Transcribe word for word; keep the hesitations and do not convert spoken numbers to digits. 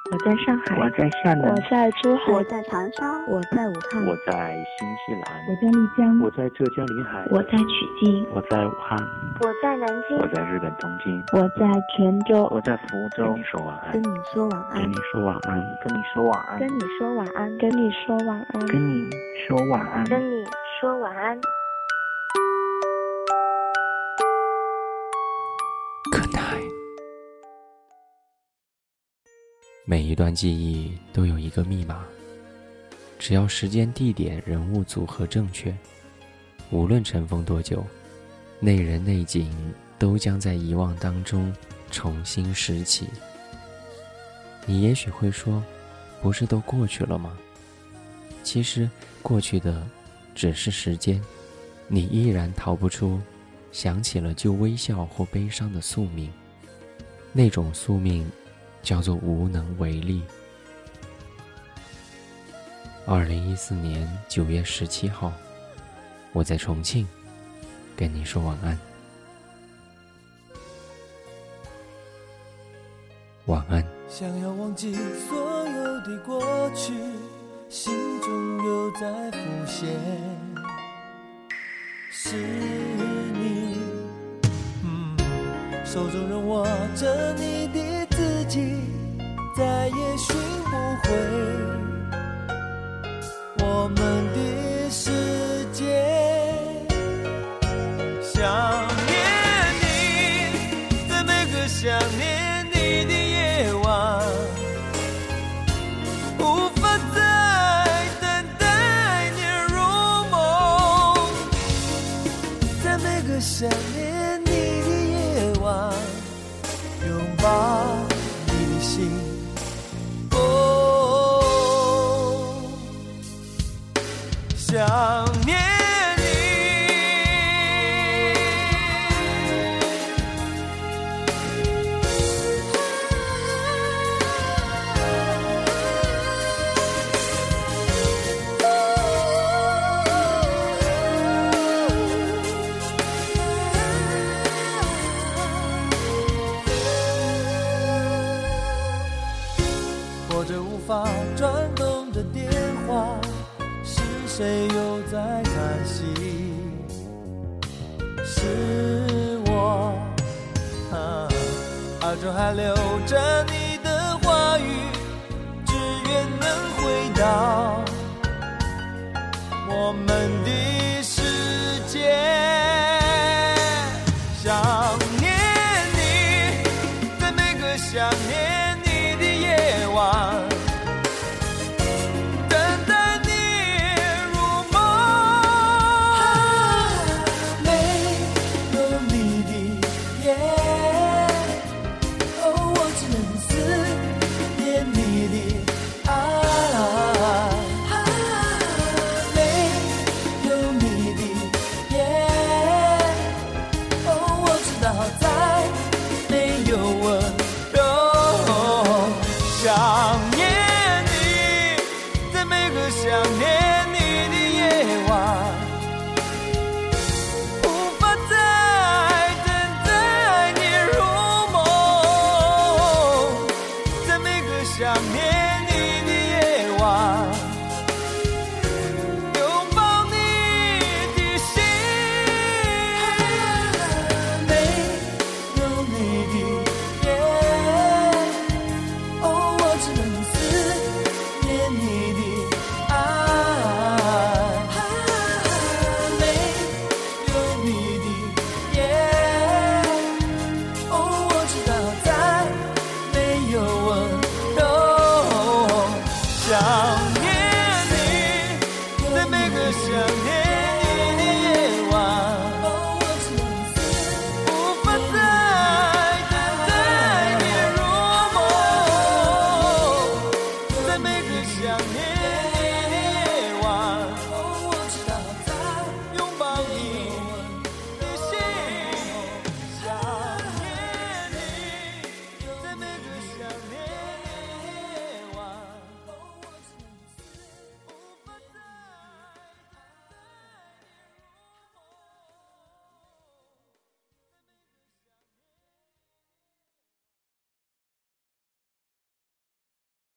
我在上海， 我在厦门， 我在珠海， 我在长沙， 我在武汉， 我在新西兰， 我在丽江， 我在浙江临海， 我在曲靖， 我在武汉， 我在南京， 我在日本东京， 我在泉州， 我在福州。跟你说晚安， 跟你说晚安， 跟你说晚安，跟你说晚安， 跟你说晚安， 跟你说晚安， 跟你说晚安， 跟你说晚安。 Good night。每一段记忆都有一个密码，只要时间、地点、人物组合正确，无论尘封多久，那人那景都将在遗忘当中重新拾起。你也许会说，不是都过去了吗？其实过去的只是时间，你依然逃不出想起了就微笑或悲伤的宿命，那种宿命叫做无能为力。二零一四年九月十七号，我在重庆跟你说晚安。晚安。 想要忘记所有的过去，心中又在浮现，是你，嗯，手中仍握着你的自己，再也寻不回我们的世界。想念你，在每个想念你的夜晚，无法再等待你入梦，在每个想念你的夜晚，拥抱你的心。哦，想念拨着无法转动的电话，是谁又在叹息？是我，啊，耳中还留着你的话语，只愿能回到我们的世界。想念你，在每个想念你的夜晚，等待你入梦，没有你的夜，哦，我只能思念你的爱，没有你的夜，哦，我知道再没有温柔。想念你，在每个想念你的夜晚，无法再等待你入梦，在每个想念